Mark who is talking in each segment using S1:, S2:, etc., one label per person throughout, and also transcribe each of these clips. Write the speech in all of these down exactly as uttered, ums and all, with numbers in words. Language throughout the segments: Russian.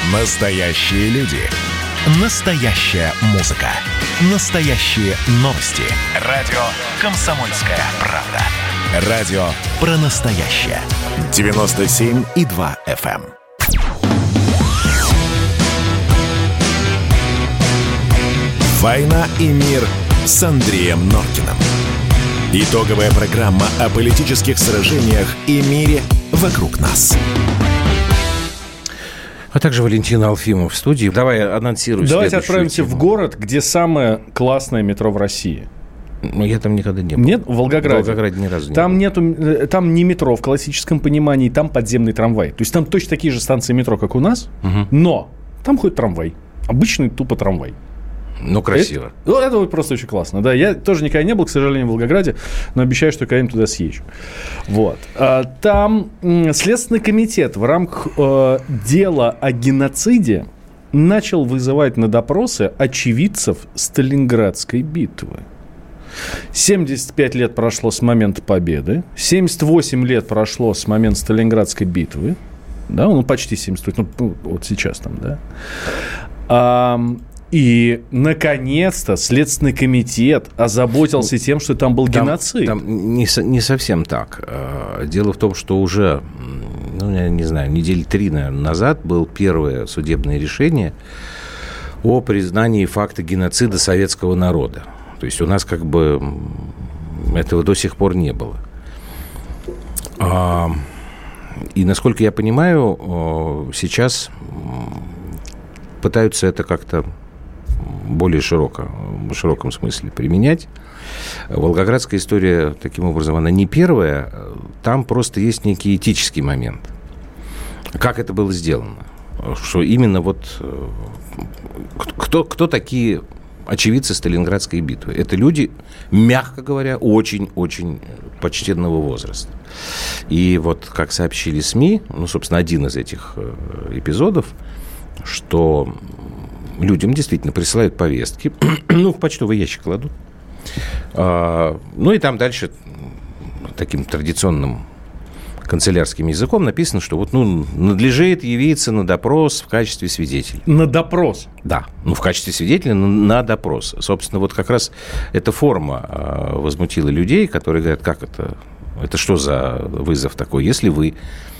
S1: Настоящие люди. Настоящая музыка. Настоящие новости. Радио «Комсомольская правда». Радио про настоящее. девяносто семь и два эф эм. «Война и мир» с Андреем Норкиным. Итоговая программа о политических сражениях и мире вокруг нас.
S2: А также Валентин Алфимов в студии. Давай анонсируй.
S3: Давайте отправимся тему. В город, где самое классное метро в России.
S2: Ну, я там никогда не был.
S3: Нет? В Волгограде.
S2: В Волгограде ни разу не
S3: там
S2: был.
S3: Нету, там не метро в классическом понимании, там подземный трамвай. То есть там точно такие же станции метро, как у нас, угу. Но там ходит трамвай. Обычный тупо трамвай.
S2: Ну, красиво.
S3: Это, ну, это просто очень классно. Да, я тоже никогда не был, к сожалению, в Волгограде, но обещаю, что когда-нибудь туда съезжу. Вот. Там Следственный комитет в рамках э, дела о геноциде начал вызывать на допросы очевидцев Сталинградской битвы. семьдесят пять лет прошло с момента победы, семьдесят восемь лет прошло с момента Сталинградской битвы, да, ну, почти семьдесят, ну, вот сейчас там, да. А, И, наконец-то, Следственный комитет озаботился тем, что там был там, геноцид.
S2: Там не, не совсем так. Дело в том, что уже, ну, я не знаю, недели три, наверное, назад было первое судебное решение о признании факта геноцида советского народа. То есть у нас как бы этого до сих пор не было. И, насколько я понимаю, сейчас пытаются это как-то более широко, в широком смысле применять. Волгоградская история, таким образом, она не первая. Там просто есть некий этический момент. Как это было сделано? Что именно вот... Кто, кто такие очевидцы Сталинградской битвы? Это люди, мягко говоря, очень-очень почтенного возраста. И вот, как сообщили СМИ, ну, собственно, один из этих эпизодов, что... Людям действительно присылают повестки, ну, в почтовый ящик кладут. А, ну, и там дальше таким традиционным канцелярским языком написано, что вот, ну, надлежит явиться на допрос в качестве свидетеля.
S3: На допрос?
S2: Да, ну, в качестве свидетеля на, на допрос. Собственно, вот как раз эта форма а, возмутила людей, которые говорят, как это, это что за вызов такой, если вы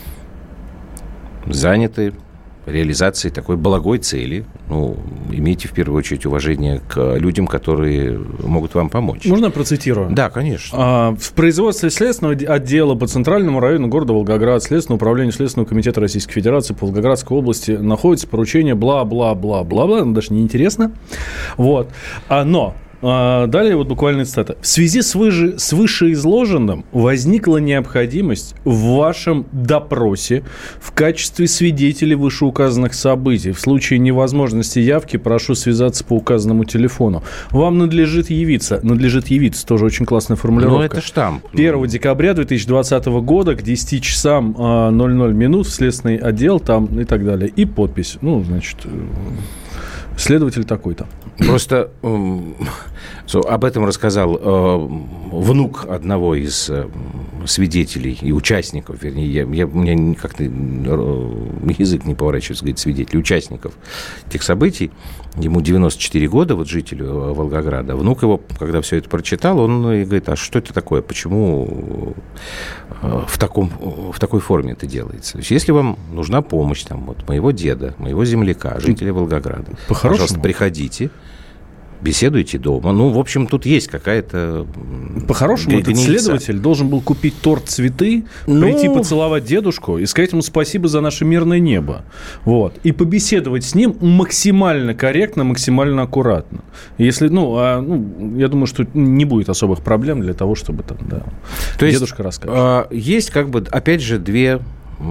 S2: заняты реализации такой благой цели, ну, имейте в первую очередь уважение к людям, которые могут вам помочь.
S3: Можно я процитирую?
S2: Да, конечно.
S3: А, в производстве следственного отдела по центральному району города Волгоград Следственного управления Следственного комитета Российской Федерации по Волгоградской области находится поручение бла-бла-бла-бла-бла, даже неинтересно. Вот. А, но... Далее вот буквально цитата. В связи с, выше, с вышеизложенным возникла необходимость в вашем допросе в качестве свидетелей вышеуказанных событий. В случае невозможности явки прошу связаться по указанному телефону. Вам надлежит явиться. Надлежит явиться. Тоже очень классная формулировка.
S2: Ну, это штамп.
S3: первого декабря две тысячи двадцатого года к десяти часам ноль ноль минут в следственный отдел там и так далее. И подпись. Ну, значит... Следователь такой-то.
S2: Просто э, об этом рассказал э, внук одного из э, свидетелей и участников, вернее, я, я, у меня как-то язык не поворачивается, говорит, свидетелей, участников этих событий. Ему девяносто четыре года, вот жителю Волгограда. Внук его, когда все это прочитал, он говорит, а что это такое, почему в, таком, в такой форме это делается? То есть, если вам нужна помощь там, вот, моего деда, моего земляка, жителя Волгограда,
S3: По-хорошему?
S2: Пожалуйста, приходите, беседуйте дома. Ну, в общем, тут есть какая-то...
S3: По-хорошему, этот следователь должен был купить торт, цветы, ну... прийти поцеловать дедушку и сказать ему спасибо за наше мирное небо. Вот. И побеседовать с ним максимально корректно, максимально аккуратно. Если, ну, а, ну я думаю, что не будет особых проблем для того, чтобы там, да,
S2: То
S3: дедушка
S2: есть,
S3: расскажет.
S2: А, есть, как бы, опять же, две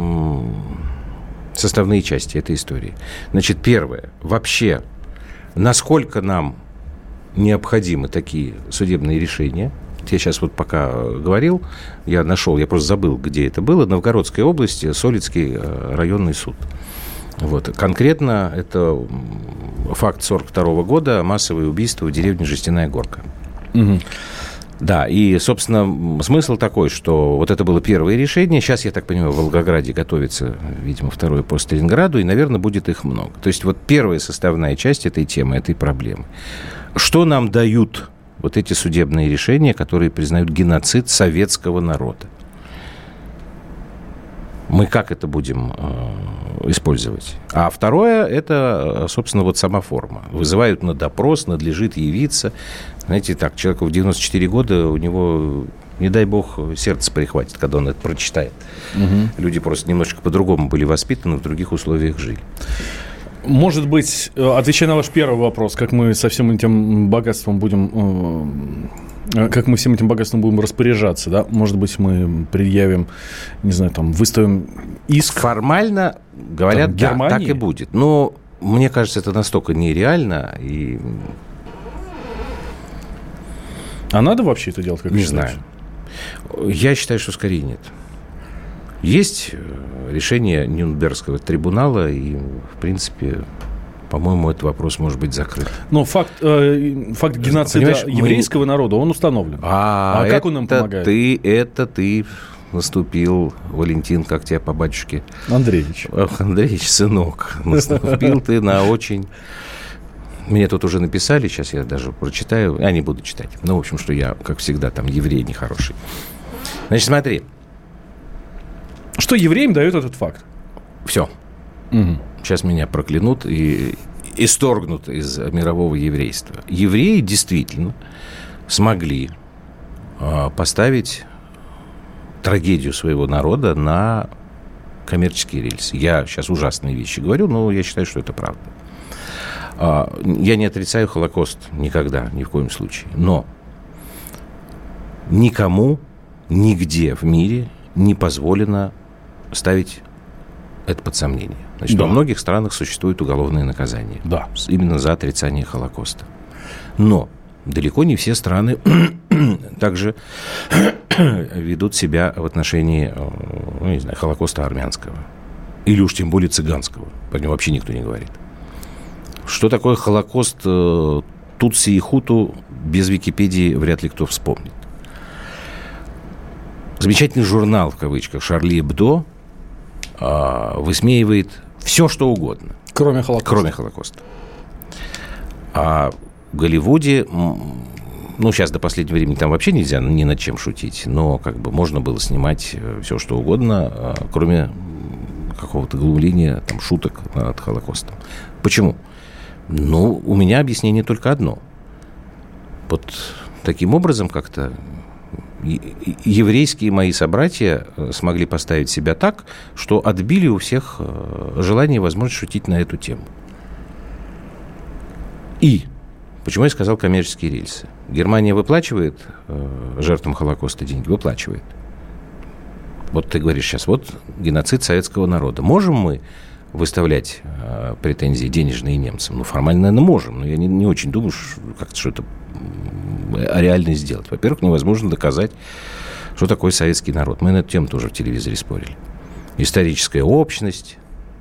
S2: составные части этой истории. Значит, первое. Вообще, насколько нам необходимы такие судебные решения. Я сейчас вот пока говорил, я нашел, я просто забыл, где это было. Новгородской области, Солицкий районный суд. Вот. Конкретно это факт сорок второго года, массовое убийство в деревне Жестяная Горка.
S3: Угу.
S2: Да, и, собственно, смысл такой, что вот это было первое решение. Сейчас, я так понимаю, в Волгограде готовится, видимо, второе по Сталинграду, и, наверное, будет их много. То есть вот первая составная часть этой темы, этой проблемы. Что нам дают вот эти судебные решения, которые признают геноцид советского народа? Мы как это будем э, использовать? А второе, это, собственно, вот сама форма. Вызывают на допрос, надлежит явиться. Знаете, так, человеку в девяносто четыре года, у него, не дай бог, сердце прихватит, когда он это прочитает. Угу. Люди просто немножечко по-другому были воспитаны, в других условиях жили.
S3: Может быть, отвечая на ваш первый вопрос, как мы со всем этим богатством будем... Как мы всем этим богатством будем распоряжаться, да? Может быть, мы предъявим, не знаю, там, выставим иск.
S2: Формально, говорят, там, да, так и будет. Но мне кажется, это настолько нереально. И...
S3: А надо вообще это делать, как
S2: не знаю. Я считаю, что скорее нет. Есть решение Нюрнбергского трибунала, и, в принципе... По-моему, этот вопрос может быть закрыт.
S3: Но факт, э, факт геноцида еврейского мы... народа, он установлен.
S2: А,
S3: а как он нам помогает?
S2: Ты, это ты наступил, Валентин, как тебя по батюшке?
S3: Андреевич.
S2: Ах, Андреевич, сынок, наступил ты на очень... Мне тут уже написали, сейчас я даже прочитаю, я не буду читать. Ну, в общем, что я, как всегда, там, еврей нехороший. Значит, смотри.
S3: Что евреям дает этот факт?
S2: Все. Угу. Сейчас меня проклянут и исторгнут из мирового еврейства. Евреи действительно смогли э, поставить трагедию своего народа на коммерческие рельсы. Я сейчас ужасные вещи говорю, но я считаю, что это правда. Э, я не отрицаю Холокост никогда, ни в коем случае. Но никому, нигде в мире не позволено ставить это под сомнение. Значит, да. Во многих странах существует уголовное наказание.
S3: Да.
S2: Именно за отрицание Холокоста. Но далеко не все страны также ведут себя в отношении, ну, не знаю, Холокоста армянского. Или уж тем более цыганского. Про него вообще никто не говорит. Что такое Холокост Тутси и Хуту, без Википедии вряд ли кто вспомнит. Замечательный журнал, в кавычках, «Шарли Эбдо» высмеивает все, что угодно.
S3: Кроме Холокоста.
S2: Кроме Холокоста. А в Голливуде, ну, сейчас до последнего времени там вообще нельзя ни над чем шутить, но как бы можно было снимать все, что угодно, кроме какого-то глумления, там, шуток над Холокостом. Почему? Ну, у меня объяснение только одно. Вот таким образом как-то еврейские мои собратья смогли поставить себя так, что отбили у всех желание и возможность шутить на эту тему. И почему я сказал коммерческие рельсы? Германия выплачивает жертвам Холокоста деньги? Выплачивает. Вот ты говоришь сейчас, вот геноцид советского народа. Можем мы выставлять претензии денежные немцам? Ну, формально, наверное, можем, но я не, не очень думаю, как-то, что это реально сделать. Во-первых, невозможно доказать, что такое советский народ. Мы на эту тему тоже в телевизоре спорили. Историческая общность.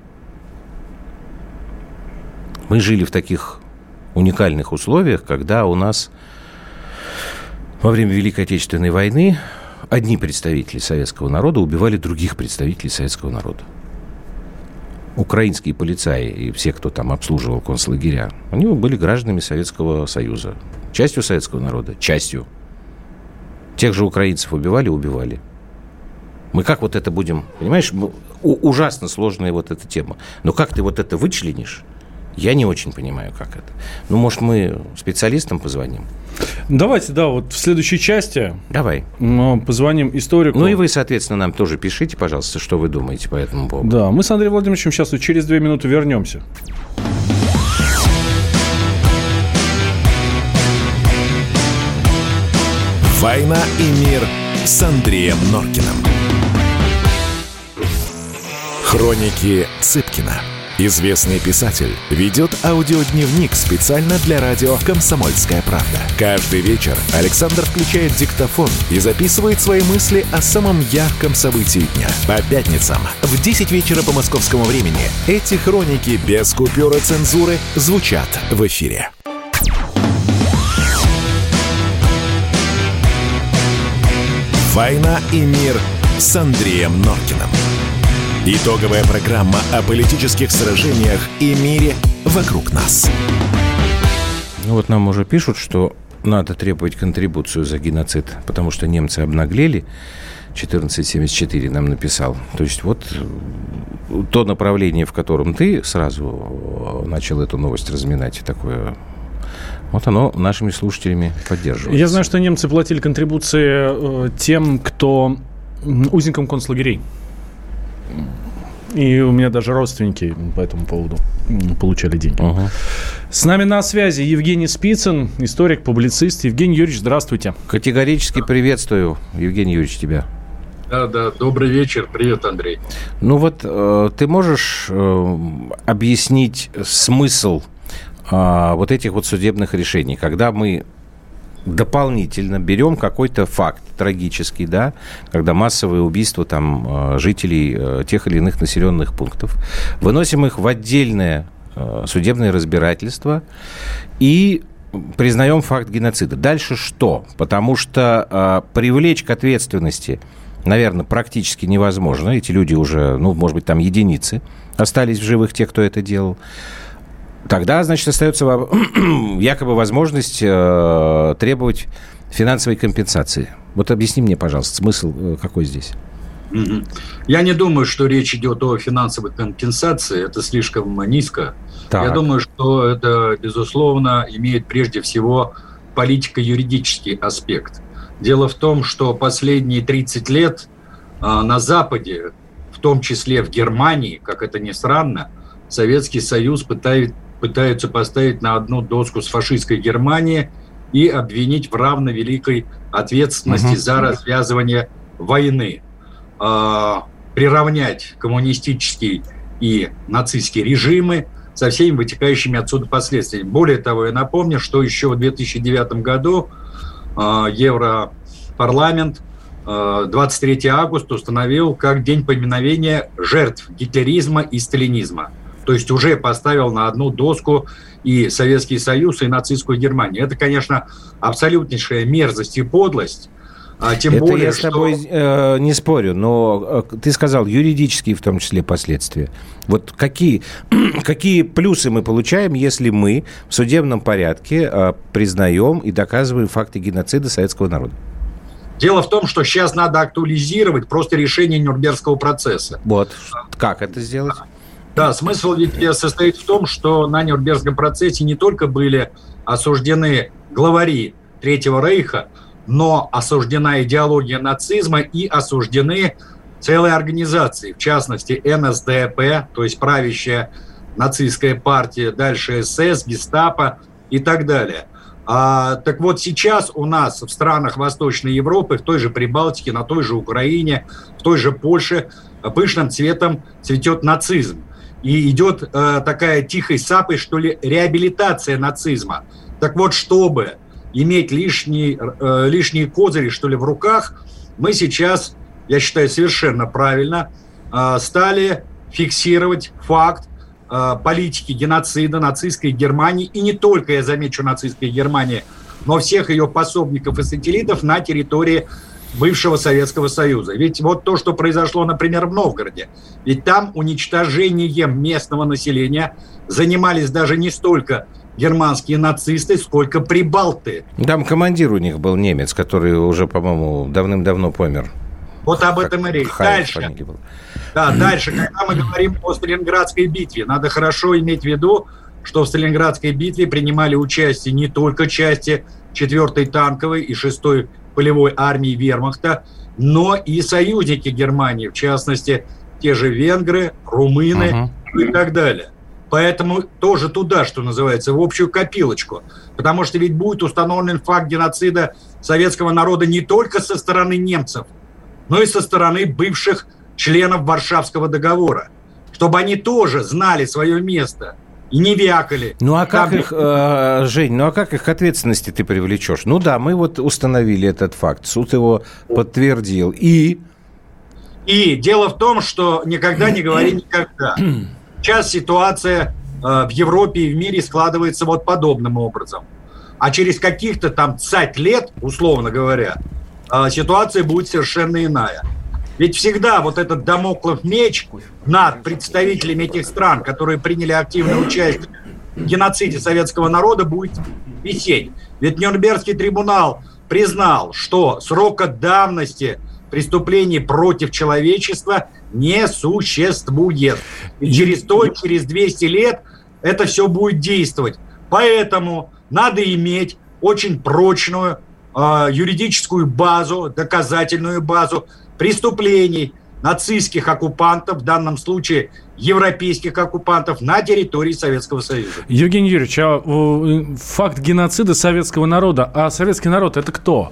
S2: Мы жили в таких уникальных условиях, когда у нас во время Великой Отечественной войны одни представители советского народа убивали других представителей советского народа. Украинские полицаи и все, кто там обслуживал концлагеря, они были гражданами Советского Союза. Частью советского народа, частью. Тех же украинцев убивали, убивали. Мы как вот это будем... Понимаешь, ужасно сложная вот эта тема. Но как ты вот это вычленишь, я не очень понимаю, как это. Ну, может, мы специалистам позвоним?
S3: Давайте, да, вот в следующей части...
S2: Давай.
S3: Мы позвоним историку.
S2: Ну, и вы, соответственно, нам тоже пишите, пожалуйста, что вы думаете по этому поводу.
S3: Да, мы с Андреем Владимировичем сейчас вот через две минуты вернемся.
S1: «Война и мир» с Андреем Норкиным. Хроники Цыпкина. Известный писатель ведет аудиодневник специально для радио «Комсомольская правда». Каждый вечер Александр включает диктофон и записывает свои мысли о самом ярком событии дня. По пятницам в десять вечера по московскому времени эти хроники без купюры цензуры звучат в эфире. «Война и мир» с Андреем Норкиным. Итоговая программа о политических сражениях и мире вокруг нас.
S2: Ну вот нам уже пишут, что надо требовать контрибуцию за геноцид, потому что немцы обнаглели. четырнадцать семьдесят четыре нам написал. То есть вот то направление, в котором ты сразу начал эту новость разминать, такое... Вот оно нашими слушателями поддерживается.
S3: Я знаю, что немцы платили контрибуции э, тем, кто узникам концлагерей. И у меня даже родственники по этому поводу получали деньги. Угу. С нами на связи Евгений Спицын, историк, публицист. Евгений Юрьевич, здравствуйте.
S2: Категорически приветствую, Евгений Юрьевич, тебя.
S4: Да, да, добрый вечер. Привет, Андрей.
S2: Ну вот, э, ты можешь э, объяснить смысл вот этих вот судебных решений, когда мы дополнительно берем какой-то факт трагический, да, когда массовые убийства там жителей тех или иных населенных пунктов, выносим их в отдельное судебное разбирательство и признаем факт геноцида. Дальше что? Потому что привлечь к ответственности, наверное, практически невозможно. Эти люди уже, ну, может быть, там единицы остались в живых, те, кто это делал. Тогда, значит, остается якобы возможность э, требовать финансовой компенсации. Вот объясни мне, пожалуйста, смысл э, какой здесь?
S4: Я не думаю, что речь идет о финансовой компенсации. Это слишком низко. Так. Я думаю, что это, безусловно, имеет прежде всего политико-юридический аспект. Дело в том, что последние тридцать лет э, на Западе, в том числе в Германии, как это ни странно, Советский Союз пытается пытаются поставить на одну доску с фашистской Германией и обвинить в равновеликой ответственности uh-huh. за развязывание войны. Э, приравнять коммунистические и нацистские режимы со всеми вытекающими отсюда последствиями. Более того, я напомню, что еще в две тысячи девятом году э, Европарламент э, двадцать третьего августа установил как день поминовения жертв гитлеризма и сталинизма. То есть уже поставил на одну доску и Советский Союз, и нацистскую Германию. Это, конечно, абсолютнейшая мерзость и подлость. А тем
S2: это
S4: более,
S2: я с тобой что... э, не спорю, но э, ты сказал юридические в том числе последствия. Вот какие, какие плюсы мы получаем, если мы в судебном порядке э, признаем и доказываем факты геноцида советского народа?
S4: Дело в том, что сейчас надо актуализировать просто решение Нюрнбергского процесса.
S2: Вот. Как это сделать?
S4: Да, смысл ведь состоит в том, что на Нюрнбергском процессе не только были осуждены главари Третьего Рейха, но осуждена идеология нацизма и осуждены целые организации, в частности эн эс дэ а пэ, то есть правящая нацистская партия, дальше эс эс, гестапо и так далее. А, так вот сейчас у нас в странах Восточной Европы, в той же Прибалтике, на той же Украине, в той же Польше пышным цветом цветет нацизм. И идет э, такая тихой сапой, что ли, реабилитация нацизма. Так вот, чтобы иметь лишний, э, лишние козыри, что ли, в руках, мы сейчас, я считаю, совершенно правильно э, стали фиксировать факт э, политики геноцида нацистской Германии, и не только, я замечу, нацистской Германии, но всех ее пособников и сателлитов на территории бывшего Советского Союза. Ведь вот то, что произошло, например, в Новгороде, ведь там уничтожением местного населения занимались даже не столько германские нацисты, сколько прибалты.
S2: Там командир у них был немец, который уже, по-моему, давным-давно помер.
S4: Вот об этом и речь. Дальше, да, дальше, когда мы говорим о Сталинградской битве, надо хорошо иметь в виду, что в Сталинградской битве принимали участие не только части четвёртой танковой и шестой полевой армии вермахта, но и союзники Германии, в частности, те же венгры, румыны uh-huh. и так далее. Поэтому тоже туда, что называется, в общую копилочку. Потому что ведь будет установлен факт геноцида советского народа не только со стороны немцев, но и со стороны бывших членов Варшавского договора. Чтобы они тоже знали свое место и не вякали.
S2: Ну а как их, э, Жень, ну а как их к ответственности ты привлечешь? Ну да, мы вот установили этот факт, суд его подтвердил. И?
S4: И дело в том, что никогда не говори никогда. Сейчас ситуация э, в Европе и в мире складывается вот подобным образом. А через каких-то там цать лет, условно говоря, ситуация будет совершенно иная. Ведь всегда вот этот дамоклов меч над представителями этих стран, которые приняли активное участие в геноциде советского народа, будет висеть. Ведь Нюрнбергский трибунал признал, что срока давности преступлений против человечества не существует. И через сто, через двести лет это все будет действовать. Поэтому надо иметь очень прочную э, юридическую базу, доказательную базу преступлений нацистских оккупантов, в данном случае европейских оккупантов, на территории Советского Союза.
S3: Евгений Юрьевич, а факт геноцида советского народа, а советский народ это кто?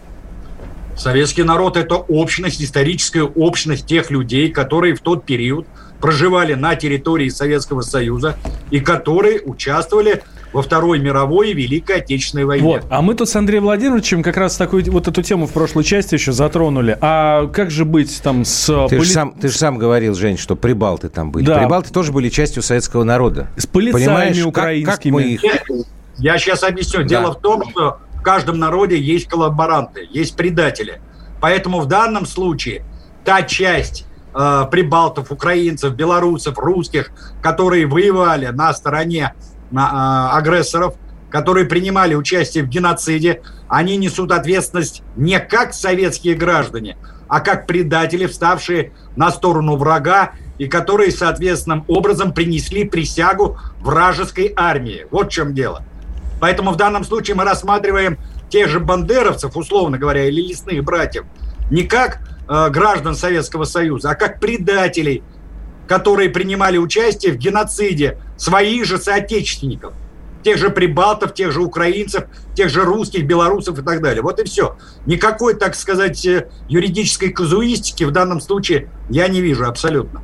S4: Советский народ – это общность, историческая общность тех людей, которые в тот период проживали на территории Советского Союза и которые участвовали во Второй мировой и Великой Отечественной войне.
S3: Вот. А мы тут с Андреем Владимировичем как раз такую, вот эту тему в прошлой части еще затронули. А как же быть там с...
S2: Ты,
S3: поли...
S2: же, сам, ты же сам говорил, Жень, что прибалты там были.
S3: Да.
S2: Прибалты тоже были частью советского народа.
S3: С полицаями
S2: Понимаешь,
S3: украинскими.
S2: Как, как мы их...
S4: Я сейчас объясню. Да. Дело в том, что в каждом народе есть коллаборанты, есть предатели. Поэтому в данном случае та часть э, прибалтов, украинцев, белорусов, русских, которые воевали на стороне на, э, агрессоров, которые принимали участие в геноциде, они несут ответственность не как советские граждане, а как предатели, вставшие на сторону врага и которые, соответственным образом, принесли присягу вражеской армии. Вот в чем дело. Поэтому в данном случае мы рассматриваем тех же бандеровцев, условно говоря, или лесных братьев, не как э, граждан Советского Союза, а как предателей, которые принимали участие в геноциде своих же соотечественников, тех же прибалтов, тех же украинцев, тех же русских, белорусов и так далее. Вот и все. Никакой, так сказать, юридической казуистики в данном случае я не вижу абсолютно.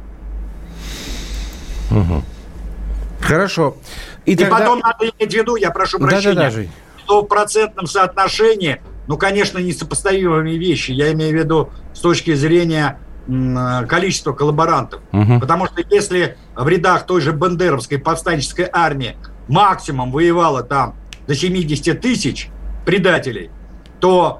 S2: Угу. Хорошо.
S4: И, и тогда... потом надо иметь в виду, я прошу прощения, да, да, да, что в процентном соотношении, ну, конечно, несопоставимые вещи, я имею в виду с точки зрения м, количества коллаборантов. Угу. Потому что если в рядах той же бандеровской повстанческой армии максимум воевало там до семьдесят тысяч предателей, то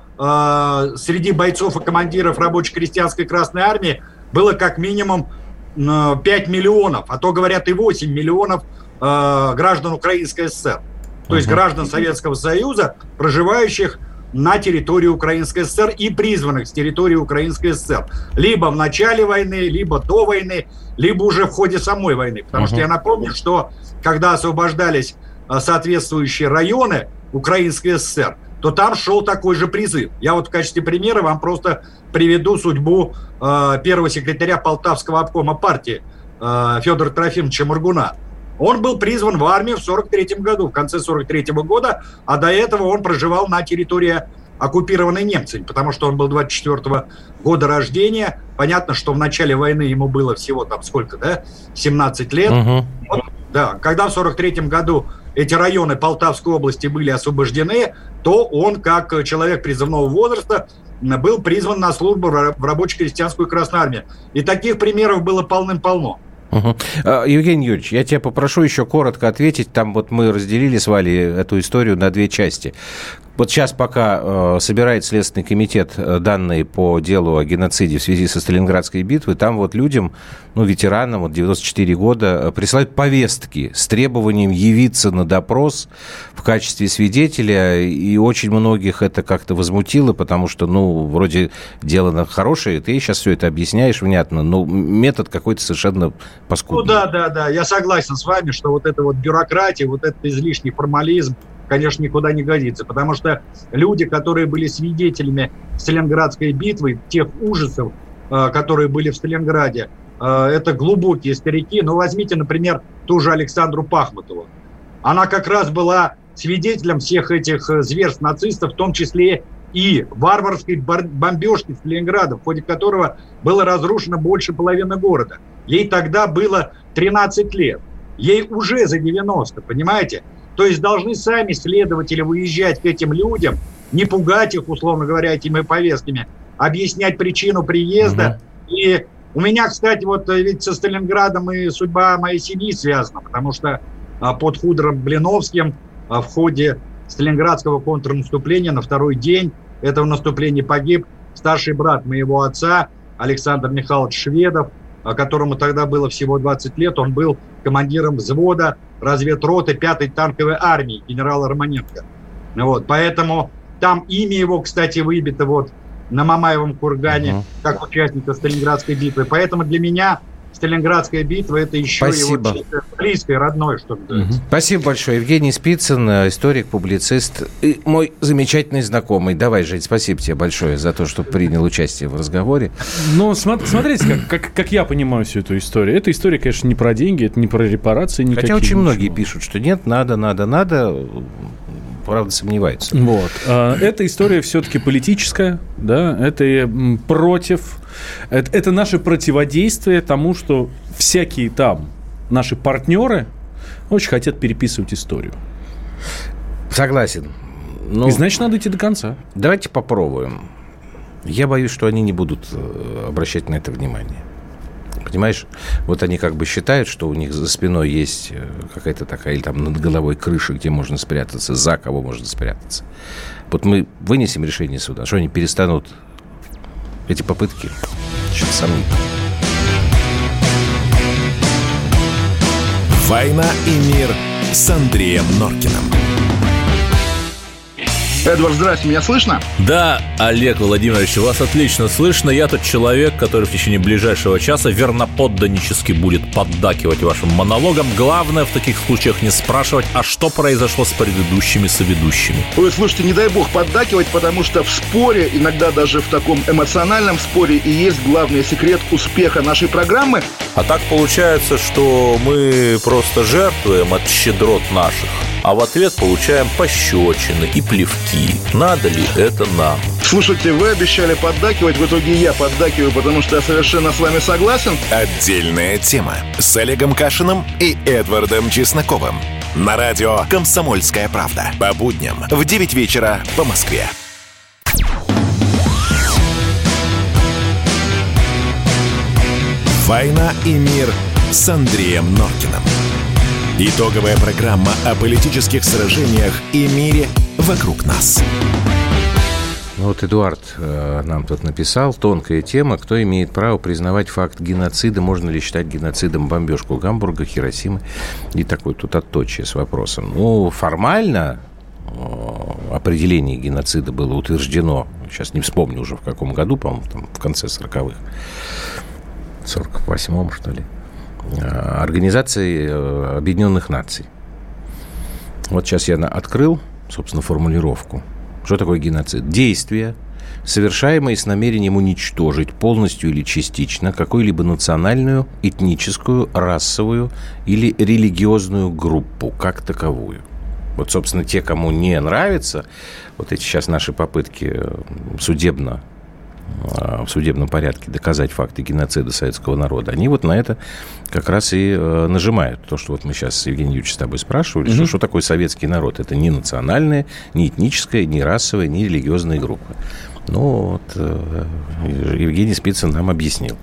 S4: э, среди бойцов и командиров рабоче-крестьянской Красной Армии было как минимум э, пять миллионов, а то, говорят, и восемь миллионов э, граждан Украинской ССР. То есть граждан Советского Союза, проживающих на территории Украинской ССР и призванных с территории Украинской ССР. Либо в начале войны, либо до войны, либо уже в ходе самой войны. Потому uh-huh. что я напомню, что когда освобождались соответствующие районы Украинской ССР, то там шел такой же призыв. Я вот в качестве примера вам просто приведу судьбу э, первого секретаря Полтавского обкома партии э, Федора Трофимовича Моргуна. Он был призван в армию в сорок третьем году, в конце сорок третьего года, а до этого он проживал на территории, оккупированной немцами, потому что он был двадцать четвёртого года рождения. Понятно, что в начале войны ему было всего там сколько, да, семнадцать лет. Uh-huh. Вот, да, когда в сорок третьем году эти районы Полтавской области были освобождены, то он, как человек призывного возраста, был призван на службу в рабоче-крестьянскую Красную Армию. И таких примеров было полным-полно.
S2: Угу. Евгений Юрьевич, я тебя попрошу еще коротко ответить. Там вот мы разделили с Валей эту историю на две части. Вот сейчас пока э, собирает Следственный комитет данные по делу о геноциде в связи со Сталинградской битвой, там вот людям, ну, ветеранам, вот девяносто четыре года, присылают повестки с требованием явиться на допрос в качестве свидетеля, и очень многих это как-то возмутило, потому что, ну, вроде дело хорошее, ты сейчас все это объясняешь внятно, но метод какой-то совершенно паскудный.
S4: Ну да, да, да, я согласен с вами, что вот эта вот бюрократия, вот этот излишний формализм, конечно, никуда не годится, потому что люди, которые были свидетелями Сталинградской битвы, тех ужасов, которые были в Сталинграде, это глубокие старики. Ну, возьмите, например, ту же Александру Пахмутову. Она как раз была свидетелем всех этих зверств нацистов, в том числе и варварской бомбежки Сталинграда, в ходе которого было разрушено больше половины города. Ей тогда было тринадцать лет. Ей уже за девяносто, понимаете? То есть должны сами следователи выезжать к этим людям, не пугать их, условно говоря, этими повестками, объяснять причину приезда. Uh-huh. И у меня, кстати, вот ведь со Сталинградом и судьба моей семьи связана, потому что под Федором Блиновским в ходе Сталинградского контрнаступления на второй день этого наступления погиб старший брат моего отца Александр Михайлович Шведов, которому тогда было всего двадцать лет. Он был командиром взвода разведроты пятой танковой армии генерала Романенко. Вот, поэтому там имя его, кстати, выбито вот на Мамаевом кургане, uh-huh. как участника Сталинградской битвы. Поэтому для меня Сталинградская битва – это еще
S2: Спасибо.
S4: его близкое, родное, что называется.
S2: Uh-huh. Спасибо большое. Евгений Спицын, историк, публицист и мой замечательный знакомый. Давай, Жень, спасибо тебе большое за то, что принял участие в разговоре.
S3: Ну, смотрите, как, как, как я понимаю всю эту историю. Эта история, конечно, не про деньги, это не про репарации никакие.
S2: Хотя очень
S3: ничего.
S2: многие пишут, что нет, надо, надо, надо. Правда, сомневаются.
S3: Вот. Эта история все-таки политическая, да, это против, это, это наше противодействие тому, что всякие там наши партнеры очень хотят переписывать историю.
S2: Согласен. Ну,
S3: и значит, надо идти до конца.
S2: Давайте попробуем. Я боюсь, что они не будут обращать на это внимание. Понимаешь, вот они как бы считают, что у них за спиной есть какая-то такая, или там над головой крыша, где можно спрятаться, за кого можно спрятаться. Вот мы вынесем решение суда, что они перестанут эти попытки. Что-то сомнительно.
S1: «Война и мир» с Андреем Норкиным.
S5: Эдвард, здрасте, меня слышно?
S6: Да, Олег Владимирович, вас отлично слышно. Я тот человек, который в течение ближайшего часа верноподданнически будет поддакивать вашим монологам. Главное в таких случаях не спрашивать, а что произошло с предыдущими соведущими.
S5: Ой, слушайте, не дай бог поддакивать, потому что в споре, иногда даже в таком эмоциональном споре, и есть главный секрет успеха нашей программы.
S6: А так получается, что мы просто жертвуем от щедрот наших, а в ответ получаем пощечины и плевки. Надо ли это нам?
S5: Слушайте, вы обещали поддакивать, в итоге я поддакиваю, потому что я совершенно с вами согласен.
S1: Отдельная тема с Олегом Кашиным и Эдвардом Чесноковым. На радио «Комсомольская правда». По будням в девять вечера по Москве. «Война и мир» с Андреем Норкиным. Итоговая программа о политических сражениях и мире вокруг нас.
S2: Ну вот Эдуард э, нам тут написал, тонкая тема, кто имеет право признавать факт геноцида, можно ли считать геноцидом бомбежку Гамбурга, Хиросимы, и такой тут отточие с вопросом. Ну, формально э, определение геноцида было утверждено, сейчас не вспомню уже в каком году, по-моему, там, в конце сороковых, в сорок восьмом, что ли, Организации Объединенных Наций. Вот сейчас я открыл, собственно, формулировку. Что такое геноцид? Действия, совершаемые с намерением уничтожить полностью или частично какую-либо национальную, этническую, расовую или религиозную группу как таковую. Вот, собственно, те, кому не нравятся вот эти сейчас наши попытки судебно в судебном порядке доказать факты геноцида советского народа, они вот на это как раз и нажимают. То, что вот мы сейчас с Евгением Юрьевичем с тобой спрашивали, mm-hmm. что, что такое советский народ. Это не национальная, не этническая, не расовая, не религиозная группа. Ну, вот Евгений Спицын нам объяснил.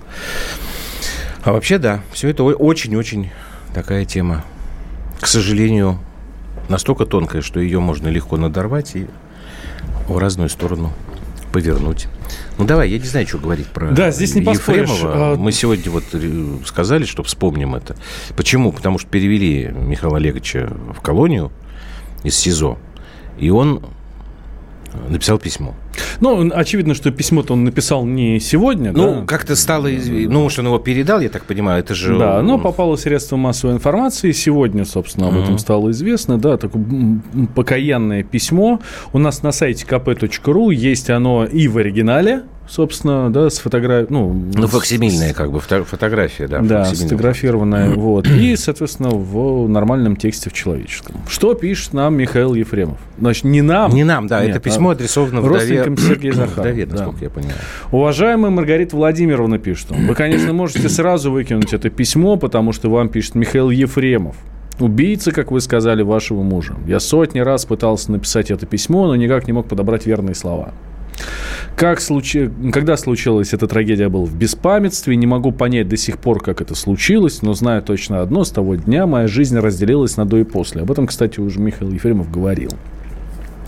S2: А вообще, да, все это очень-очень такая тема, к сожалению, настолько тонкая, что ее можно легко надорвать и в разную сторону повернуть. Ну, давай, я не знаю, что говорить про
S3: да, здесь не
S2: Ефремова. Мы сегодня вот сказали, что вспомним это. Почему? Потому что перевели Михаила Олеговича в колонию из СИЗО, и он написал письмо.
S3: Ну, очевидно, что письмо-то он написал не сегодня.
S2: Ну,
S3: да?
S2: как-то стало... Ну, может, он его передал, я так понимаю, это же...
S3: Да, но попало в средства массовой информации. Сегодня, собственно, об этом mm-hmm. стало известно. Да, такое покаянное письмо. У нас на сайте ка пэ точка ру есть оно и в оригинале, собственно, да, с фотографией... Ну,
S2: ну факсимильная, как бы, фотография, да.
S3: Да, сфотографированная, вот. И, соответственно, в нормальном тексте в человеческом. Что пишет нам Михаил Ефремов? Значит, не нам.
S2: Не нам, да, нет, это письмо адресовано вдове...
S3: Сергея Захарова.
S2: Вдове, насколько да. я понимаю.
S3: Уважаемая Маргарита Владимировна, пишет он, вы, конечно, можете сразу выкинуть это письмо, потому что вам пишет Михаил Ефремов. Убийца, как вы сказали, вашего мужа. Я сотни раз пытался написать это письмо, но никак не мог подобрать верные слова. Как случи... Когда случилась эта трагедия, я был в беспамятстве. Не могу понять до сих пор, как это случилось, но знаю точно одно. С того дня моя жизнь разделилась на до и после. Об этом, кстати, уже Михаил Ефремов говорил.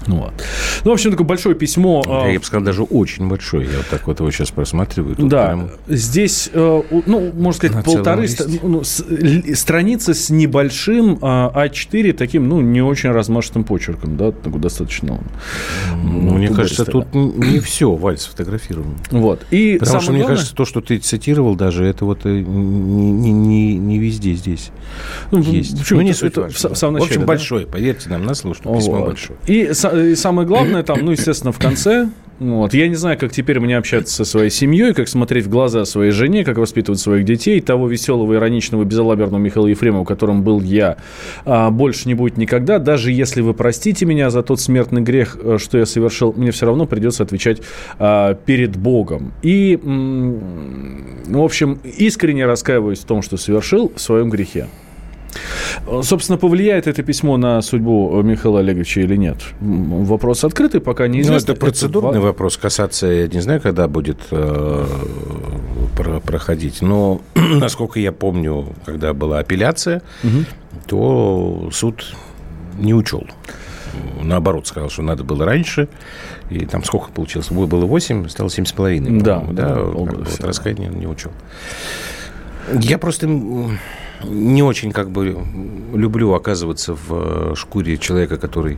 S3: Вот. Ну, в общем, такое большое письмо.
S2: Я бы сказал, даже очень большое. Я вот так вот его сейчас просматриваю. Тут
S3: да,
S2: прям...
S3: здесь, ну, можно сказать, на полторы ст... ну, с... страницы с небольшим а четыре таким, ну, не очень размашистым почерком, да, достаточно.
S2: Ну, мне кажется, тут не все, Валь, сфотографировано.
S3: Вот. И
S2: Потому что,
S3: главное...
S2: мне кажется, то, что ты цитировал даже, это вот не, не, не, не везде здесь ну, есть.
S3: Почему?
S2: Ну, не
S3: это,
S2: суть
S3: это
S2: важно,
S3: в, в самом
S2: начале, в общем,
S3: да?
S2: большое, поверьте нам на слово, что письмо
S3: вот.
S2: большое.
S3: И, и самое главное, там, ну, естественно, в конце... Вот. Я не знаю, как теперь мне общаться со своей семьей, как смотреть в глаза своей жене, как воспитывать своих детей. Того веселого, ироничного, безалаберного Михаила Ефремова, которым был я, а, больше не будет никогда. Даже если вы простите меня за тот смертный грех, что я совершил, мне все равно придется отвечать а, перед Богом. И, м- в общем, искренне раскаиваюсь в том, что совершил в своем грехе. Собственно, повлияет это письмо на судьбу Михаила Олеговича или нет? Вопрос открытый, пока неизвестно.
S2: Ну, это процедурный это... вопрос. Касаться, я не знаю, когда будет э, проходить. Но, насколько я помню, когда была апелляция, угу. то суд не учел. Наоборот, сказал, что надо было раньше. И там сколько получилось? Было восемь, стало семь с половиной.
S3: Да,
S2: да,
S3: да,
S2: вот раскаяние не учел. Я просто... не очень как бы люблю оказываться в шкуре человека, который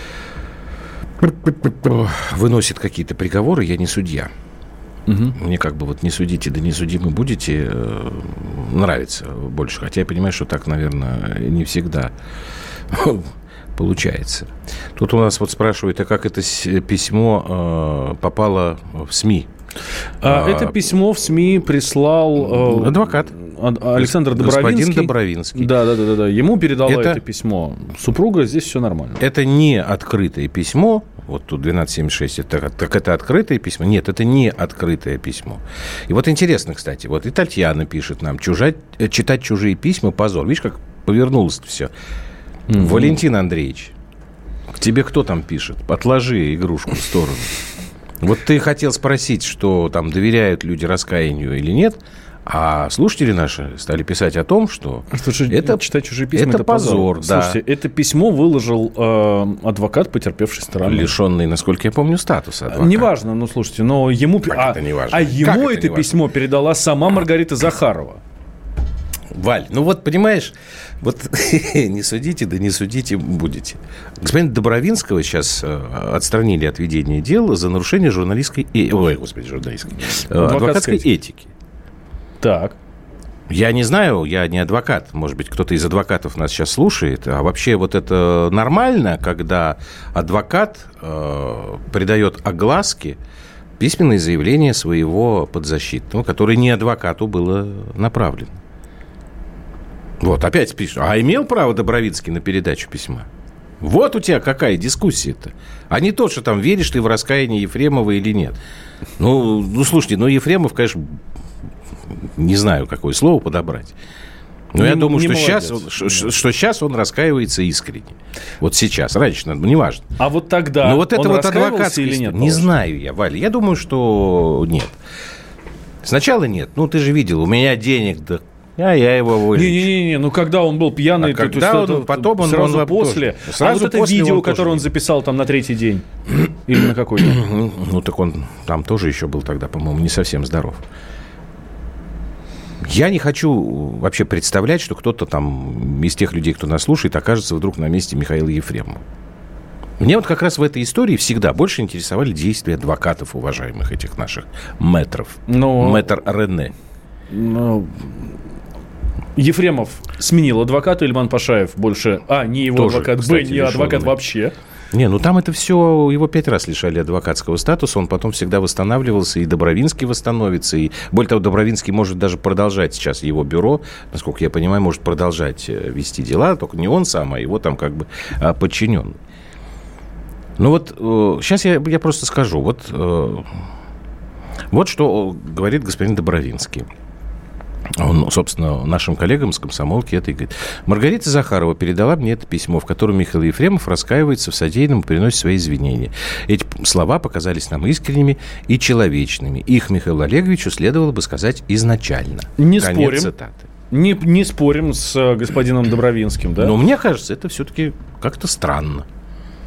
S2: выносит какие-то приговоры. Я не судья. Угу. Мне как бы вот не судите, да не судимы будете, нравится больше. Хотя я понимаю, что так, наверное, не всегда получается. Тут у нас вот спрашивают, а как это письмо попало в СМИ?
S3: А, это письмо в СМИ прислал...
S2: Адвокат.
S3: Александр Добровинский.
S2: Господин Добровинский.
S3: Да, да, да, да. Ему передала это,
S2: это
S3: письмо супруга, здесь все нормально.
S2: Это не открытое письмо. Вот тут двенадцать семьдесят шесть. Это, так это открытое письмо? Нет, это не открытое письмо. И вот интересно, кстати, вот и Татьяна пишет нам, чужать, читать чужие письма – позор. Видишь, как повернулось все. Mm-hmm. Валентин Андреевич, к тебе кто там пишет? Отложи игрушку в сторону. Вот ты хотел спросить, что там доверяют люди раскаянию или нет, а слушатели наши стали писать о том, что
S3: Слушай,
S2: это,
S3: читать чужие письма,
S2: это,
S3: это
S2: позор.
S3: позор.
S2: Да.
S3: Слушайте, это письмо выложил э, адвокат потерпевшей стороны.
S2: Лишенный, насколько я помню, статуса адвоката.
S3: Неважно, ну слушайте, но ему...
S2: Как
S3: а,
S2: это неважно?
S3: А ему
S2: это,
S3: это письмо передала сама Маргарита Захарова.
S2: Валь, ну вот, понимаешь, вот не судите, да не судите будете. Господина Добровинского сейчас отстранили от ведения дела за нарушение журналистской... Ой, господи, журналистской... адвокатской этики.
S3: Так.
S2: Я не знаю, я не адвокат. Может быть, кто-то из адвокатов нас сейчас слушает. А вообще вот это нормально, когда адвокат э, придает огласке письменное заявление своего подзащитного, которое не адвокату было направлено. Вот, опять пишут. А имел право Добровинский на передачу письма? Вот у тебя какая дискуссия-то. А не то, что там веришь ты в раскаяние Ефремова или нет. Ну, ну слушайте, ну Ефремов, конечно, не знаю, какое слово подобрать. Но не, я думаю, что сейчас, что, что сейчас он раскаивается искренне. Вот сейчас. Раньше, неважно.
S3: А вот тогда
S2: Но вот это
S3: он
S2: вот адвокатское
S3: или нет?
S2: Не знаю я, Валя. Я думаю, что нет. Сначала нет. Ну, ты же видел, у меня денег... Да, а я его вылечу.
S3: Не-не-не, ну когда он был пьяный,
S2: а то, когда то, он, то, потом он,
S3: сразу
S2: он
S3: после.
S2: Тоже. Сразу
S3: а вот это
S2: после
S3: видео,
S2: он
S3: которое он записал там на третий день. Или на какой день?
S2: Ну, так он там тоже еще был тогда, по-моему, не совсем здоров. Я не хочу вообще представлять, что кто-то там из тех людей, кто нас слушает, окажется вдруг на месте Михаила Ефремова. Мне вот как раз в этой истории всегда больше интересовали действия адвокатов, уважаемых этих наших мэтров. Но... Мэтр Рене.
S3: Но... Ефремов сменил адвоката, Ильман Пашаев больше... А, не его тоже, адвокат, кстати, Б, не адвокат вообще.
S2: Не, ну там это все... Его пять раз лишали адвокатского статуса. Он потом всегда восстанавливался. И Добровинский восстановится. И, более того, Добровинский может даже продолжать сейчас его бюро. Насколько я понимаю, может продолжать вести дела. Только не он сам, а его там как бы подчиненный. Ну вот сейчас я, я просто скажу. Вот, вот что говорит господин Добровинский. Он, собственно, нашим коллегам с комсомолки это и говорит. Маргарита Захарова передала мне это письмо, в котором Михаил Ефремов раскаивается в содеянном и приносит свои извинения. Эти слова показались нам искренними и человечными. Их Михаилу Олеговичу следовало бы сказать изначально.
S3: Не
S2: Конец
S3: спорим.
S2: Цитаты.
S3: Не, не спорим с господином Добровинским, да?
S2: Но мне кажется, это все-таки как-то странно.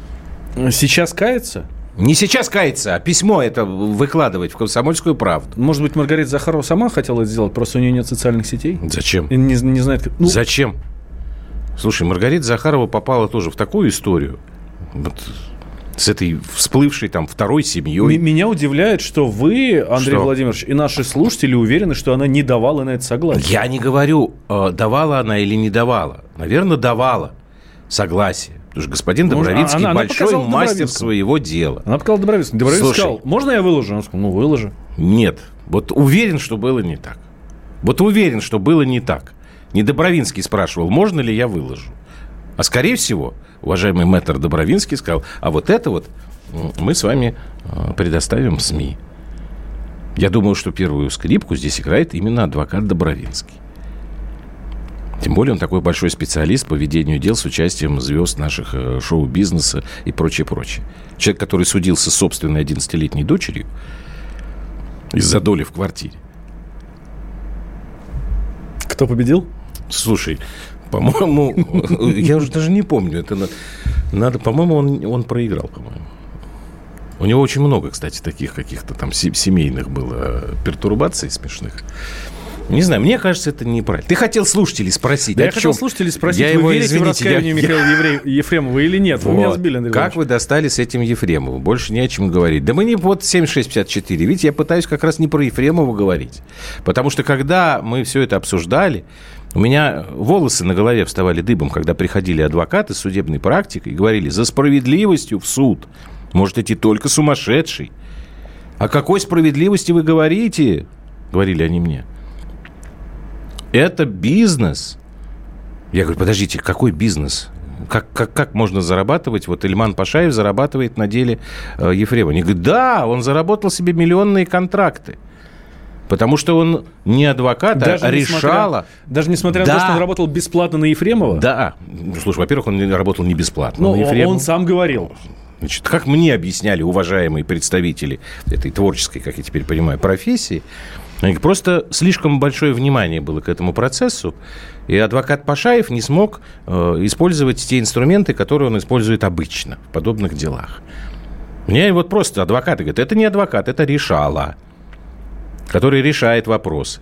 S3: Сейчас кается?
S2: Не сейчас каяться, а письмо это выкладывать в «Комсомольскую правду».
S3: Может быть, Маргарита Захарова сама хотела это сделать, просто у нее нет социальных сетей?
S2: Зачем?
S3: И не, не знает, как... ну...
S2: Зачем? Слушай, Маргарита Захарова попала тоже в такую историю, вот, с этой всплывшей там второй семьей.
S3: Меня удивляет, что вы, Андрей
S2: что?
S3: Владимирович, и наши слушатели уверены, что она не давала на это согласие.
S2: Я не говорю, давала она или не давала. Наверное, давала согласие. Потому что господин Добровинский она, она большой мастер своего дела.
S3: Она показала Добровинскому. Добровинский сказал, можно я выложу? Он сказал, ну, выложи.
S2: Нет. Вот уверен, что было не так. Вот уверен, что было не так. Не Добровинский спрашивал, можно ли я выложу. А скорее всего, уважаемый мэтр Добровинский сказал, а вот это вот мы с вами предоставим СМИ. Я думаю, что первую скрипку здесь играет именно адвокат Добровинский. Тем более он такой большой специалист по ведению дел с участием звезд наших шоу-бизнеса и прочее, прочее. Человек, который судился с собственной одиннадцатилетней дочерью из-за доли в квартире.
S3: Кто победил?
S2: Слушай, по-моему, я уже даже не помню. Это надо, по-моему, он, он проиграл, по-моему. У него очень много, кстати, таких каких-то там семейных было пертурбаций смешных. Не знаю, мне кажется, это неправильно. Ты хотел слушателей спросить.
S3: Да,
S2: я
S3: чем? хотел слушателей спросить,
S2: я
S3: вы
S2: его,
S3: верите
S2: извините,
S3: в раскаяние
S2: я...
S3: Михаила Евре... Ефремова или нет? Вы
S2: вот.
S3: меня сбили, Андрей
S2: Как вы достали с этим Ефремовым? Больше не о чем говорить. Да мы не вот семь шесть пятьдесят четыре. Видите, я пытаюсь как раз не про Ефремова говорить. Потому что когда мы все это обсуждали, у меня волосы на голове вставали дыбом, когда приходили адвокаты с судебной практикой и говорили, за справедливостью в суд может идти только сумасшедший. О какой справедливости вы говорите? Говорили они мне. Это бизнес. Я говорю, подождите, какой бизнес? Как, как, как можно зарабатывать? Вот Ильман Пашаев зарабатывает на деле э, Ефремова. Они говорят, да, он заработал себе миллионные контракты. Потому что он не адвокат, даже а решала.
S3: Даже несмотря
S2: да.
S3: на то, что он работал бесплатно на Ефремова?
S2: Да. Слушай, во-первых, он работал не бесплатно.
S3: Ну,
S2: Ефремов...
S3: он сам говорил.
S2: Значит, как мне объясняли уважаемые представители этой творческой, как я теперь понимаю, профессии, просто слишком большое внимание было к этому процессу, и адвокат Пашаев не смог э, использовать те инструменты, которые он использует обычно в подобных делах. Мне вот просто адвокаты говорят, это не адвокат, это решала, который решает вопросы.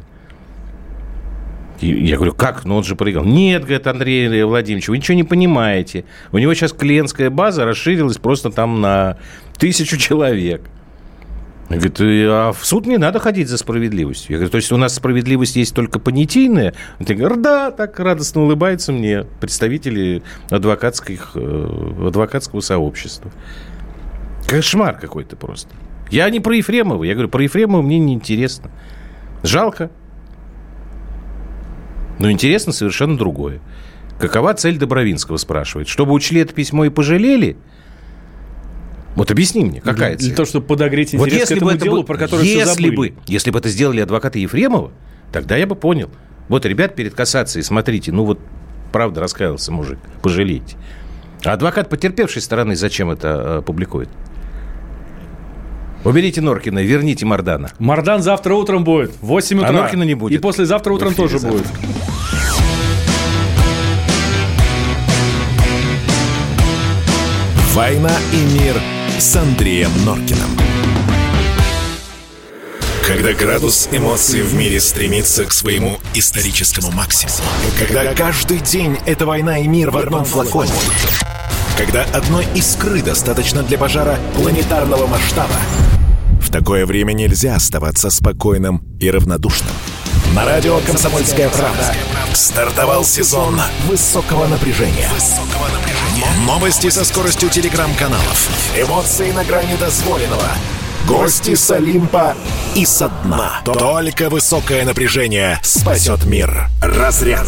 S2: И я говорю, как? Ну, он же проиграл. Нет, говорит Андрей Владимирович, вы ничего не понимаете. У него сейчас клиентская база расширилась просто там на тысячу человек. Говорит, а в суд не надо ходить за справедливостью. Я говорю, то есть у нас справедливость есть только понятийная? Он говорит, да, так радостно улыбаются мне представители адвокатских, адвокатского сообщества. Кошмар какой-то просто. Я не про Ефремова. Я говорю, про Ефремова мне неинтересно. Жалко. Но интересно совершенно другое. Какова цель Добровинского, спрашивает? Чтобы учли это письмо и пожалели? Вот объясни мне, какая
S3: для,
S2: цель?
S3: Для того, чтобы подогреть интерес вот к этому делу, бы, про которое все забыли.
S2: Бы, если бы это сделали адвокаты Ефремова, тогда я бы понял. Вот, ребят, перед кассацией, смотрите, ну вот, правда, раскаялся мужик, пожалейте. А адвокат потерпевшей стороны зачем это э, публикует? Уберите Норкина, верните Мардана.
S3: Мардан завтра утром будет, в восемь утра.
S2: А Норкина не будет.
S3: И послезавтра утром тоже завтра. Будет.
S1: «Война и мир» с Андреем Норкиным. Когда градус эмоций в мире стремится к своему историческому максимуму. Когда каждый день — это война и мир в одном флаконе. Когда одной искры достаточно для пожара планетарного масштаба. В такое время нельзя оставаться спокойным и равнодушным. На радио «Комсомольская правда» стартовал сезон высокого напряжения. Новости со скоростью телеграм-каналов. Эмоции на грани дозволенного. Гости с Олимпа и со дна. Только высокое напряжение спасет мир. Разряд.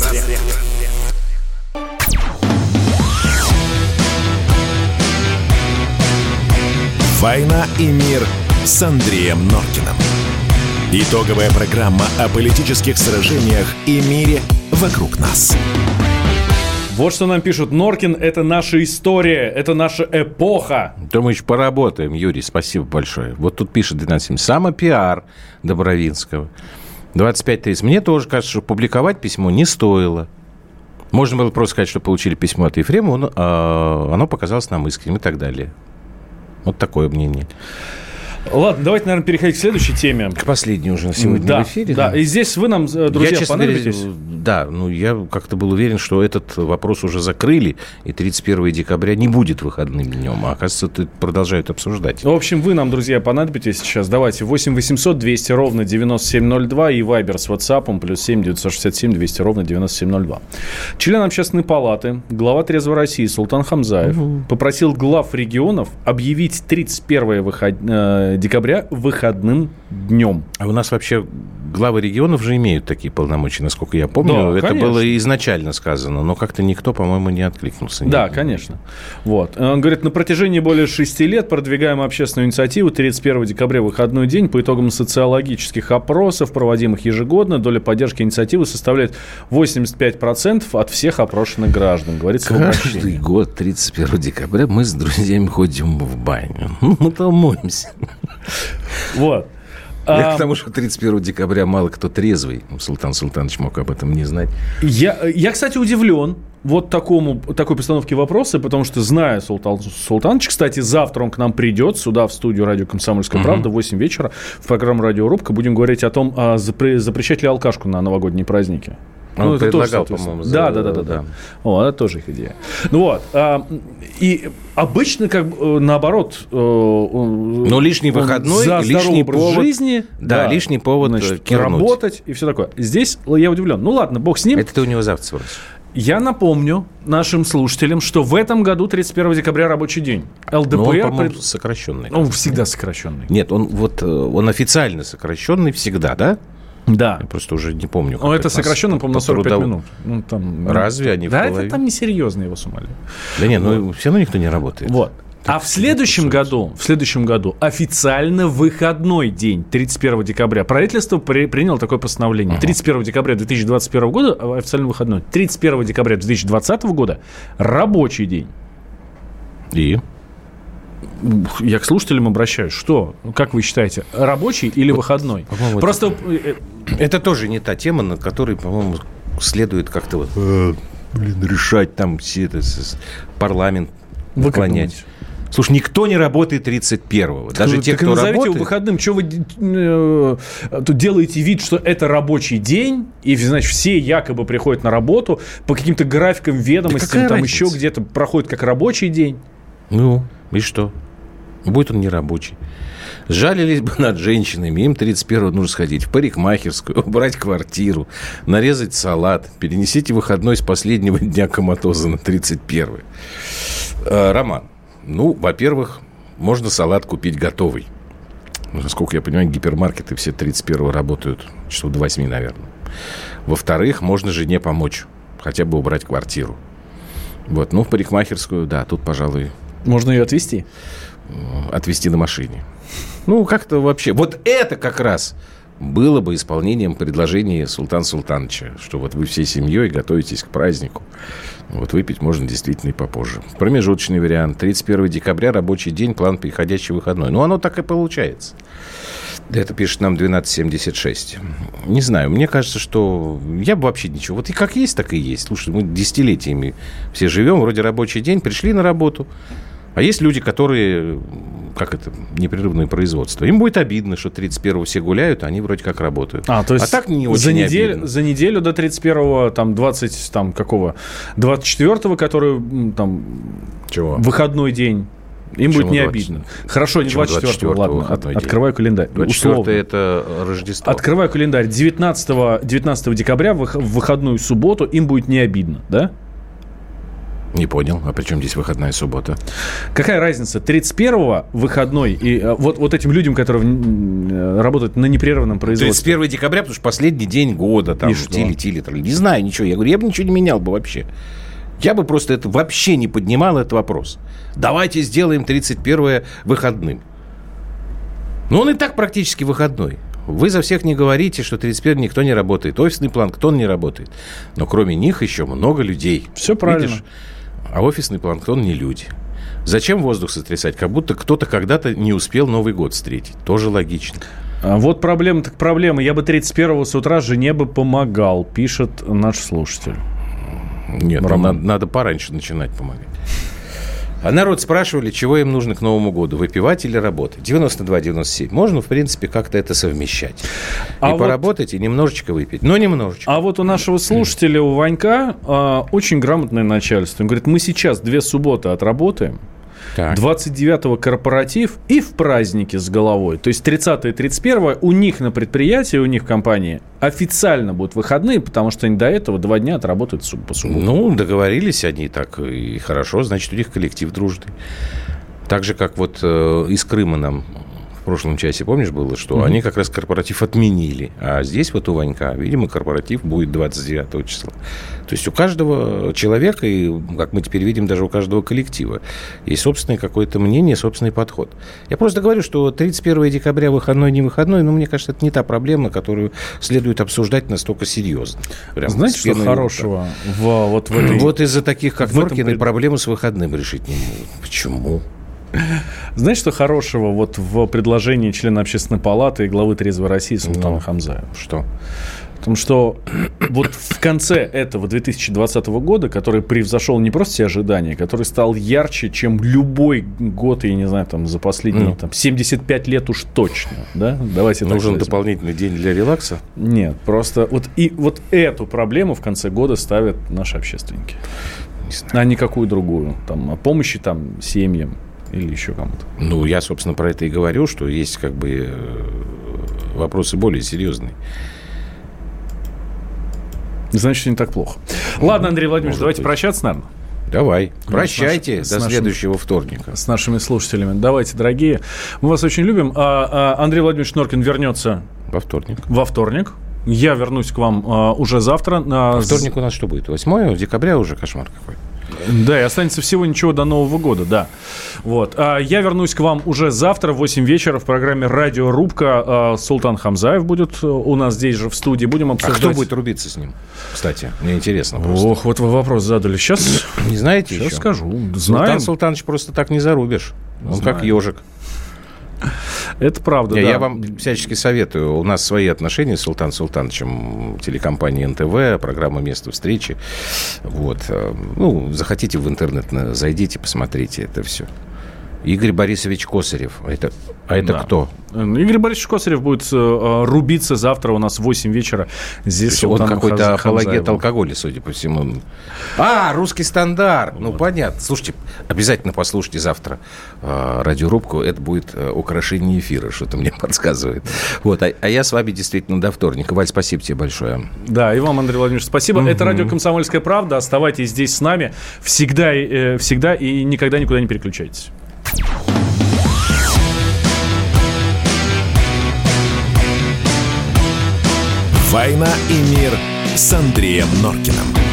S1: «Война и мир» с Андреем Норкиным. Итоговая программа о политических сражениях и мире вокруг нас.
S3: Вот что нам пишут. Норкин — это наша история, это наша эпоха.
S2: То мы еще поработаем, Юрий, спасибо большое. Вот тут пишет двенадцать семь. Самопиар Добровинского. двадцать пять тридцать. Мне тоже кажется, что публиковать письмо не стоило. Можно было просто сказать, что получили письмо от Ефремова, но, а, оно показалось нам искренним и так далее. Вот такое мнение.
S3: Ладно, давайте, наверное, переходить к следующей теме.
S2: К последней уже сегодня
S3: да,
S2: в эфире.
S3: Да, и здесь вы нам, друзья,
S2: я, честно
S3: понадобитесь?
S2: говоря, да, ну я как-то был уверен, что этот вопрос уже закрыли, и тридцать первого декабря не будет выходным днем, а оказывается, это продолжают обсуждать.
S3: В общем, вы нам, друзья, понадобитесь сейчас. Давайте восемь восемьсот двести ровно девяносто семь ноль два и Вайбер с WhatsApp плюс семь девятьсот шестьдесят семь двести ровно девяносто семь ноль два. Член Общественной палаты, глава Трезвой России Султан Хамзаев угу. попросил глав регионов объявить тридцать первого выход... декабря выходным днем.
S2: А у нас вообще главы регионов же имеют такие полномочия, насколько я помню.
S3: Да,
S2: это
S3: конечно.
S2: было изначально сказано, но как-то никто, по-моему, не откликнулся.
S3: Да, конечно. Вот. Он говорит, на протяжении более шести лет продвигаем общественную инициативу тридцать первого декабря выходной день. По итогам социологических опросов, проводимых ежегодно, доля поддержки инициативы составляет восемьдесят пять процентов от всех опрошенных граждан. Говорится,
S2: каждый год тридцать первого декабря мы с друзьями ходим в баню. Ну, мы там моемся.
S3: Вот.
S2: Я а, к тому, что тридцать первого декабря мало кто трезвый. Султан Султанович мог об этом не знать.
S3: Я, я кстати, удивлен вот такому, такой постановке вопроса, потому что, зная Султан Султанович, кстати, завтра он к нам придет сюда, в студию радио «Комсомольская uh-huh. правда», в восемь вечера, в программу «Радиорубка». Будем говорить о том, а запре- запрещать ли алкашку на новогодние праздники.
S2: Он ну, предлагал,
S3: тоже,
S2: по-моему,
S3: да, да, да, да, да. О, это тоже их идея. Ну вот, а, и обычно как бы наоборот.
S2: Но лишний выходной,
S3: за
S2: лишний повод
S3: жизни,
S2: да, да, лишний повод
S3: значит, работать и все такое. Здесь я удивлен. Ну ладно, бог с ним.
S2: Это ты у него завтра спросишь.
S3: Я напомню нашим слушателям, что в этом году тридцать первого декабря рабочий день. ЛДПР...
S2: Но он, по-моему, сокращенный.
S3: Он всегда сокращенный.
S2: Нет, он вот он официально сокращенный всегда, да?
S3: Да.
S2: Я просто уже не помню.
S3: Ну, это сокращенно, по-моему, на сорок пять минут. Ну, там,
S2: Разве они
S3: да,
S2: в половине?
S3: Это там несерьезно, его сумали.
S2: Да нет, ну вот. Все равно никто не работает.
S3: Вот. Так, а в следующем году, в следующем году официально выходной день, тридцать первого декабря. Правительство при, приняло такое постановление. тридцать первого декабря две тысячи двадцать первого года официально выходной. тридцать первого декабря две тысячи двадцатого года рабочий день.
S2: И?
S3: Я к слушателям обращаюсь. Что? Как вы считаете, рабочий или вот, выходной? Просто...
S2: Это... это тоже не та тема, над которой, по-моему, следует как-то вот, э, блин, решать там все это, парламент наклонять. Слушай, никто не работает тридцать первого. Даже так, те, так кто
S3: назовите
S2: работает...
S3: его выходным. Что вы э, тут делаете вид, что это рабочий день, и, значит, все якобы приходят на работу по каким-то графикам, ведомостям, да там разница? Еще где-то проходит как рабочий день.
S2: Ну, и что? Будет он не рабочий. Жалились бы над женщинами. Им тридцать первого нужно сходить в парикмахерскую, убрать квартиру, нарезать салат. Перенесите выходной с последнего дня коматоза на тридцать первый. А, Роман, ну, во-первых, можно салат купить готовый. Насколько я понимаю, гипермаркеты все тридцать первого работают часов до восьми, наверное. Во-вторых, можно жене помочь. Хотя бы убрать квартиру. Вот, ну, в парикмахерскую, да, тут, пожалуй...
S3: Можно ее отвезти?
S2: Отвезти на машине. Ну, как-то вообще... Вот это как раз было бы исполнением предложения Султана Султановича, что вот вы всей семьей готовитесь к празднику. Вот выпить можно действительно и попозже. Промежуточный вариант. тридцать первого декабря, рабочий день, план переходящий выходной. Ну, оно так и получается. Это пишет нам двенадцать семьдесят шесть. Не знаю, мне кажется, что я бы вообще ничего. Вот и как есть, так и есть. Слушай, мы десятилетиями все живем, вроде рабочий день, пришли на работу. А есть люди, которые, как это, непрерывное производство. Им будет обидно, что тридцать первого все гуляют, а они вроде как работают.
S3: А, то есть
S2: а так не очень
S3: за неделю,
S2: обидно.
S3: За неделю до тридцать первого, там, двадцать, там, какого, двадцать четвёртого, который, там,
S2: чего?
S3: Выходной день, им
S2: Почему
S3: будет не обидно. Хорошо, не двадцать четвёртого, ладно, от, открываю календарь.
S2: двадцать четвёртое это Рождество.
S3: Открываю календарь. девятнадцатого декабря, в выходную субботу, им будет не обидно, да?
S2: Не понял. А при чем здесь выходная суббота?
S3: Какая разница? тридцать первого выходной и вот, вот этим людям, которые работают на непрерывном производстве.
S2: тридцать первого декабря, потому что последний день года. Там, тили-тили. Не знаю ничего. Я говорю, я бы ничего не менял бы вообще. Я бы просто это вообще не поднимал, этот вопрос. Давайте сделаем тридцать первое выходным. Ну, он и так практически выходной. Вы за всех не говорите, что тридцать первого никто не работает. Офисный план, кто не работает. Но кроме них еще много людей.
S3: Все правильно.
S2: Видишь? А офисный планктон не люди. Зачем воздух сотрясать? Как будто кто-то когда-то не успел Новый год встретить. Тоже логично.
S3: А вот проблема так проблема. Я бы тридцать первого с утра жене бы помогал, пишет наш слушатель.
S2: Нет, надо, надо пораньше начинать помогать. А народ спрашивали, чего им нужно к Новому году, выпивать или работать. девяносто два девяносто семь. Можно, в принципе, как-то это совмещать. А и вот поработать, и немножечко выпить. Но немножечко.
S3: А вот у нашего слушателя, у Ванька, а, очень грамотное начальство. Он говорит, мы сейчас две субботы отработаем. Так. двадцать девятого корпоратив и в праздники с головой. То есть тридцатое и тридцать первое у них на предприятии, у них в компании официально будут выходные, потому что они до этого два дня отработают по субботам.
S2: Ну, договорились они так, и хорошо, значит, у них коллектив дружный. Так же, как вот э, из Крыма нам в прошлом часе, помнишь, было, что mm-hmm. они как раз корпоратив отменили. А здесь вот у Ванька, видимо, корпоратив будет двадцать девятого числа. То есть у каждого человека, и, как мы теперь видим, даже у каждого коллектива, есть собственное какое-то мнение, собственный подход. Я просто говорю, что тридцать первого декабря выходной, не выходной, но мне кажется, это не та проблема, которую следует обсуждать настолько серьезно. Прям
S3: знаете, что хорошего в, вот в этой...
S2: Вот из-за таких, как Норкины, этом... проблему с выходным решить не могут. Почему?
S3: Знаешь, что хорошего вот в предложении члена Общественной палаты и главы Трезвой России Султана
S2: ну,
S3: Хамзаева?
S2: Что?
S3: Потому что вот в конце этого две тысячи двадцатого года, который превзошел не просто все ожидания, который стал ярче, чем любой год, я не знаю, там, за последние ну. там, семьдесят пять лет уж точно, да? Давайте
S2: Нужен дополнительный день для релакса?
S3: Нет, просто вот, и вот эту проблему в конце года ставят наши общественники. Не знаю. А никакую другую. Там, о помощи там, семьям. Или еще кому-то?
S2: Ну, я, собственно, про это и говорю, что есть как бы вопросы более серьезные.
S3: Значит, не так плохо. Ладно, Андрей Владимирович, Может давайте быть. прощаться, наверное.
S2: Давай. Прощайте
S3: наш,
S2: до
S3: нашим,
S2: следующего вторника.
S3: С нашими слушателями. Давайте, дорогие. Мы вас очень любим. А, а, Андрей Владимирович Норкин вернется...
S2: Во вторник.
S3: Во вторник. Я вернусь к вам а, уже завтра. А,
S2: Во вторник у нас что будет? восьмое декабря уже кошмар какой.
S3: Да, и останется всего ничего до Нового года, да. Вот. А я вернусь к вам уже завтра в восемь вечера в программе «Радиорубка». А, Султан Хамзаев будет у нас здесь же в студии. Будем обсуждать...
S2: А кто будет рубиться с ним? Кстати, мне интересно просто.
S3: Ох, вот вы вопрос задали. Сейчас...
S2: Не знаете
S3: Сейчас
S2: еще?
S3: скажу.
S2: Знаем.
S3: Султан
S2: Султанович просто так не зарубишь. Он Знаем. Как ежик.
S3: Это правда,
S2: я,
S3: да.
S2: Я вам всячески советую. У нас свои отношения с Султаном Султановичем, телекомпания эн тэ вэ, программа «Место встречи». Вот. Ну, захотите в интернет, зайдите, посмотрите это все. Игорь Борисович Косарев. Это, а это да. кто?
S3: Игорь Борисович Косарев будет э, рубиться завтра у нас в восемь вечера. Здесь
S2: Султан он какой-то Хаз... апологет алкоголя, судя по всему. А, русский стандарт. Вот. Ну, понятно. Слушайте, обязательно послушайте завтра э, радиорубку. Это будет э, украшение эфира, что-то мне подсказывает. Вот. А, а я с вами действительно до вторника. Валь, спасибо тебе большое.
S3: Да, и вам, Андрей Владимирович, спасибо. Угу. Это радио «Комсомольская правда». Оставайтесь здесь с нами всегда, э, всегда и никогда никуда не переключайтесь.
S1: «Война и мир» с Андреем Норкиным.